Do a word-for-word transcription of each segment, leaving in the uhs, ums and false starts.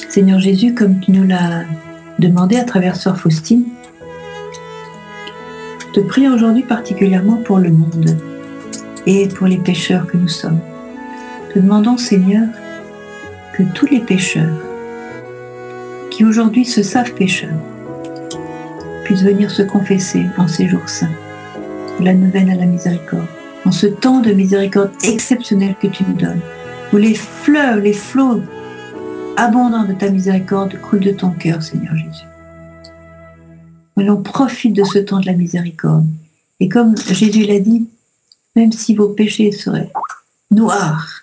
Seigneur Jésus, comme tu nous l'as demandé à travers Sœur Faustine, je te prie aujourd'hui particulièrement pour le monde et pour les pécheurs que nous sommes. Te demandons, Seigneur, que tous les pécheurs qui aujourd'hui se savent pécheurs puissent venir se confesser en ces jours saints, la neuvaine à la miséricorde, en ce temps de miséricorde exceptionnel que tu nous donnes, où les fleuves, les flots abondants de ta miséricorde coulent de ton cœur, Seigneur Jésus. Et l'on profite de ce temps de la miséricorde. Et comme Jésus l'a dit, même si vos péchés seraient noirs,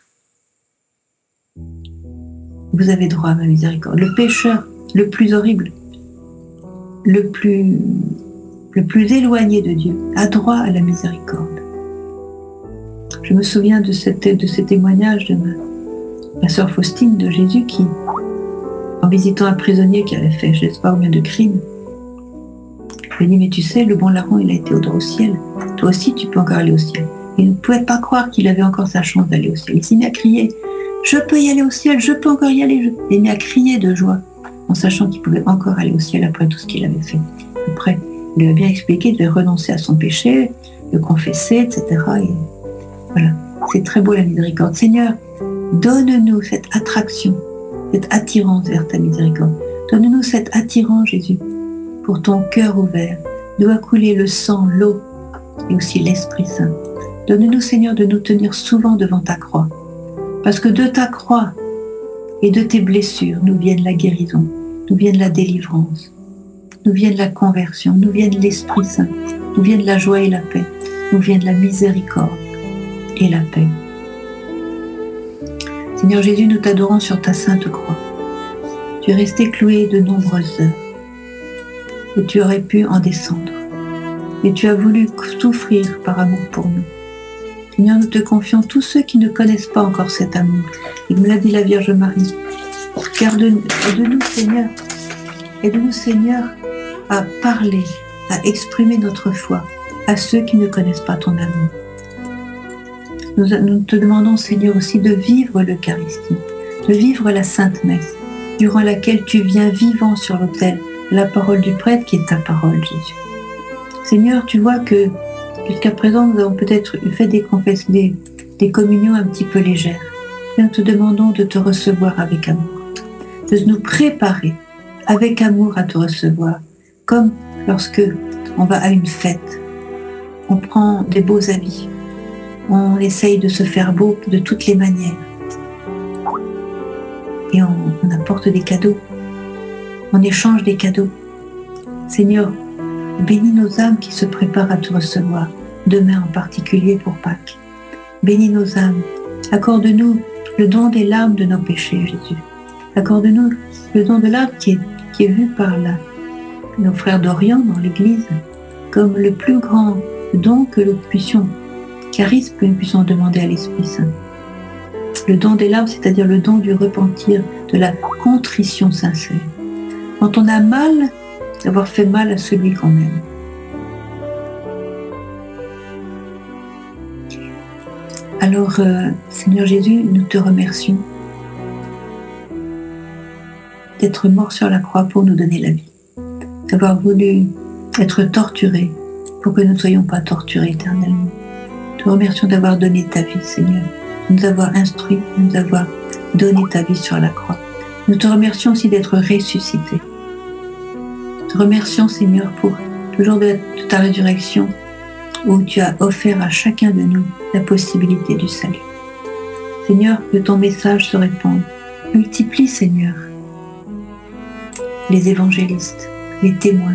vous avez droit à ma miséricorde. Le pécheur le plus horrible, le plus, le plus éloigné de Dieu, a droit à la miséricorde. Je me souviens de, cette, de ce témoignage de ma, ma sœur Faustine, de Jésus, qui, en visitant un prisonnier qui avait fait je ne sais pas combien de crimes, je lui ai dit, mais tu sais, le bon larron, il a été au droit au ciel. Toi aussi, tu peux encore aller au ciel. Il ne pouvait pas croire qu'il avait encore sa chance d'aller au ciel. Il s'est mis à crier, je peux y aller au ciel, je peux encore y aller. Je... Il s'est mis à crier de joie, en sachant qu'il pouvait encore aller au ciel après tout ce qu'il avait fait. Après, il lui a bien expliqué de renoncer à son péché, de confesser, et cetera. Et voilà, c'est très beau la miséricorde. Seigneur, donne-nous cette attraction, cette attirance vers ta miséricorde. Donne-nous cette attirance, Jésus, pour ton cœur ouvert, doit couler le sang, l'eau et aussi l'Esprit Saint. Donne-nous, Seigneur, de nous tenir souvent devant ta croix, parce que de ta croix et de tes blessures nous viennent la guérison, nous viennent la délivrance, nous viennent la conversion, nous viennent l'Esprit Saint, nous viennent la joie et la paix, nous viennent la miséricorde et la paix. Seigneur Jésus, nous t'adorons sur ta sainte croix. Tu es resté cloué de nombreuses heures. Et tu aurais pu en descendre. Mais tu as voulu souffrir par amour pour nous. Seigneur, nous te confions tous ceux qui ne connaissent pas encore cet amour. Et nous l'a dit la Vierge Marie. Garde-nous, aide-nous, Seigneur, aide-nous, Seigneur, à parler, à exprimer notre foi à ceux qui ne connaissent pas ton amour. Nous, nous te demandons, Seigneur, aussi de vivre l'Eucharistie, de vivre la Sainte Messe, durant laquelle tu viens vivant sur l'autel la parole du prêtre qui est ta parole, Jésus. Seigneur, tu vois que jusqu'à présent, nous avons peut-être fait des confessions, des, des communions un petit peu légères. Nous te demandons de te recevoir avec amour, de nous préparer avec amour à te recevoir, comme lorsque on va à une fête, on prend des beaux habits, on essaye de se faire beau de toutes les manières, et on, on apporte des cadeaux. On échange des cadeaux. Seigneur, bénis nos âmes qui se préparent à te recevoir, demain en particulier pour Pâques. Bénis nos âmes. Accorde-nous le don des larmes de nos péchés, Jésus. Accorde-nous le don de l'âme qui est, qui est vu par la, nos frères d'Orient dans l'Église comme le plus grand don que nous puissions, charisme que nous puissions demander à l'Esprit Saint. Le don des larmes, c'est-à-dire le don du repentir, de la contrition sincère. Quand on a mal, d'avoir fait mal à celui qu'on aime. Alors, euh, Seigneur Jésus, nous te remercions d'être mort sur la croix pour nous donner la vie, d'avoir voulu être torturé pour que nous ne soyons pas torturés éternellement. Nous te remercions d'avoir donné ta vie, Seigneur, de nous avoir instruits, de nous avoir donné ta vie sur la croix. Nous te remercions aussi d'être ressuscité. Nous te remercions, Seigneur, pour le jour de ta résurrection où tu as offert à chacun de nous la possibilité du salut. Seigneur, que ton message se répande. Multiplie, Seigneur, les évangélistes, les témoins.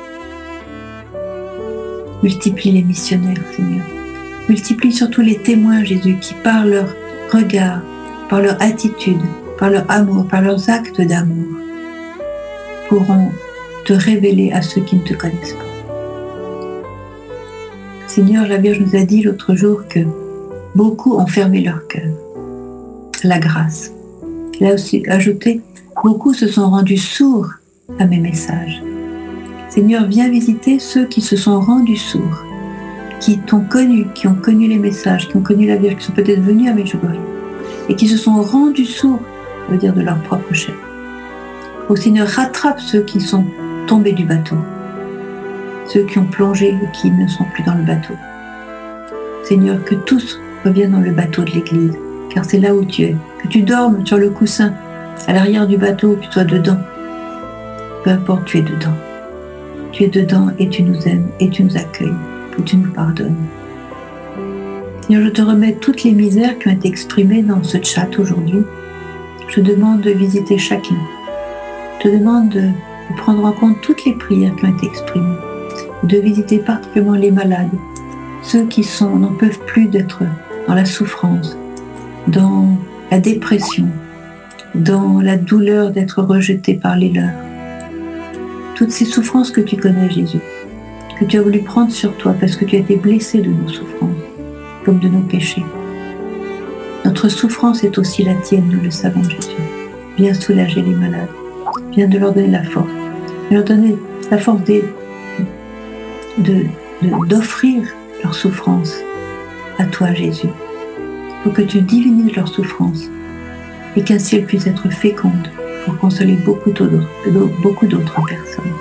Multiplie les missionnaires, Seigneur. Multiplie surtout les témoins, Jésus, qui par leur regard, par leur attitude, par leur amour, par leurs actes d'amour, pourront te révéler à ceux qui ne te connaissent pas. Seigneur, la Vierge nous a dit l'autre jour que beaucoup ont fermé leur cœur à la grâce. Elle a aussi ajouté, beaucoup se sont rendus sourds à mes messages. Seigneur, viens visiter ceux qui se sont rendus sourds, qui t'ont connu, qui ont connu les messages, qui ont connu la Vierge, qui sont peut-être venus à Medjugorje et qui se sont rendus sourds, ça veut dire de leur propre chair. Ô Seigneur, rattrape ceux qui sont tombés du bateau, ceux qui ont plongé et qui ne sont plus dans le bateau. Seigneur, que tous reviennent dans le bateau de l'Église, car c'est là où tu es. Que tu dormes sur le coussin, à l'arrière du bateau, que tu sois dedans. Peu importe, tu es dedans. Tu es dedans et tu nous aimes et tu nous accueilles et tu nous pardonnes. Seigneur, je te remets toutes les misères qui ont été exprimées dans ce chat aujourd'hui. Je te demande de visiter chacun. Je te demande de, de prendre en compte toutes les prières qui ont été exprimées, de visiter particulièrement les malades, ceux qui sont, n'en peuvent plus d'être dans la souffrance, dans la dépression, dans la douleur d'être rejetés par les leurs. Toutes ces souffrances que tu connais, Jésus, que tu as voulu prendre sur toi parce que tu as été blessé de nos souffrances, comme de nos péchés. Notre souffrance est aussi la tienne, nous le savons, Jésus. Viens soulager les malades, viens de leur donner la force, viens leur donner la force de, de, de, d'offrir leur souffrance à toi, Jésus, pour que tu divinises leur souffrance et qu'ainsi elle puisse être féconde pour consoler beaucoup d'autres, beaucoup d'autres personnes.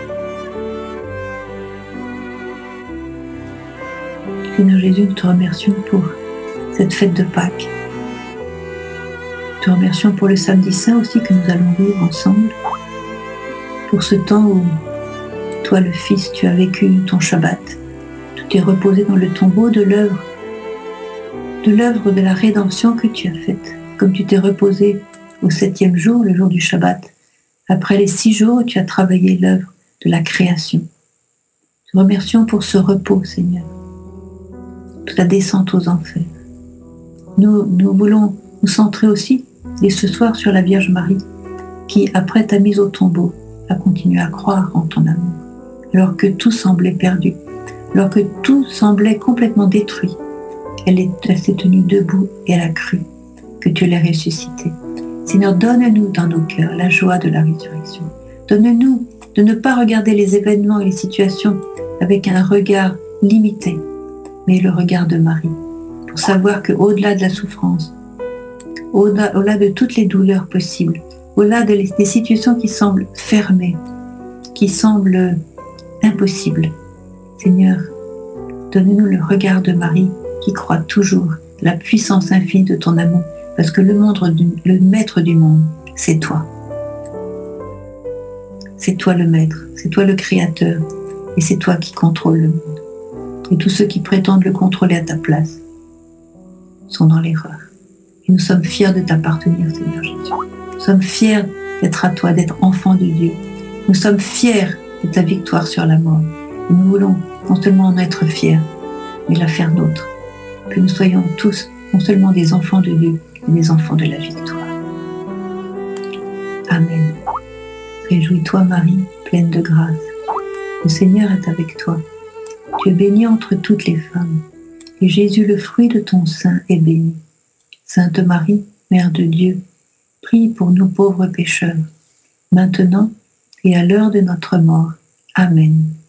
Seigneur Jésus, nous te remercions pour cette fête de Pâques. Nous te remercions pour le samedi saint aussi que nous allons vivre ensemble, pour ce temps où toi, le Fils, tu as vécu ton Shabbat. Tu t'es reposé dans le tombeau de l'œuvre, de l'œuvre de la rédemption que tu as faite, comme tu t'es reposé au septième jour, le jour du Shabbat. Après les six jours, tu as travaillé l'œuvre de la création. Nous te remercions pour ce repos, Seigneur, pour ta descente aux enfers. Nous, nous voulons nous centrer aussi, et ce soir, sur la Vierge Marie, qui, après ta mise au tombeau, a continué à croire en ton amour, alors que tout semblait perdu, alors que tout semblait complètement détruit. Elle, est, elle s'est tenue debout et elle a cru que tu l'as ressuscité. Seigneur, donne-nous dans nos cœurs la joie de la résurrection. Donne-nous de ne pas regarder les événements et les situations avec un regard limité, mais le regard de Marie, pour savoir qu'au-delà de la souffrance, au-delà, au-delà de toutes les douleurs possibles, au-delà de les, des situations qui semblent fermées, qui semblent impossibles, Seigneur, donne-nous le regard de Marie qui croit toujours la puissance infinie de ton amour, parce que le, monde, le maître du monde, c'est toi. C'est toi le maître, c'est toi le créateur, et c'est toi qui contrôles le monde. Et tous ceux qui prétendent le contrôler à ta place sont dans l'erreur. Et nous sommes fiers de t'appartenir, Seigneur Jésus. Nous sommes fiers d'être à toi, d'être enfants de Dieu. Nous sommes fiers de ta victoire sur la mort. Et nous voulons non seulement en être fiers, mais la faire nôtre. Que nous soyons tous non seulement des enfants de Dieu, mais des enfants de la victoire. Amen. Réjouis-toi, Marie, pleine de grâce. Le Seigneur est avec toi. Tu es bénie entre toutes les femmes, et Jésus, le fruit de ton sein, est béni. Sainte Marie, Mère de Dieu, prie pour nous pauvres pécheurs, maintenant et à l'heure de notre mort. Amen.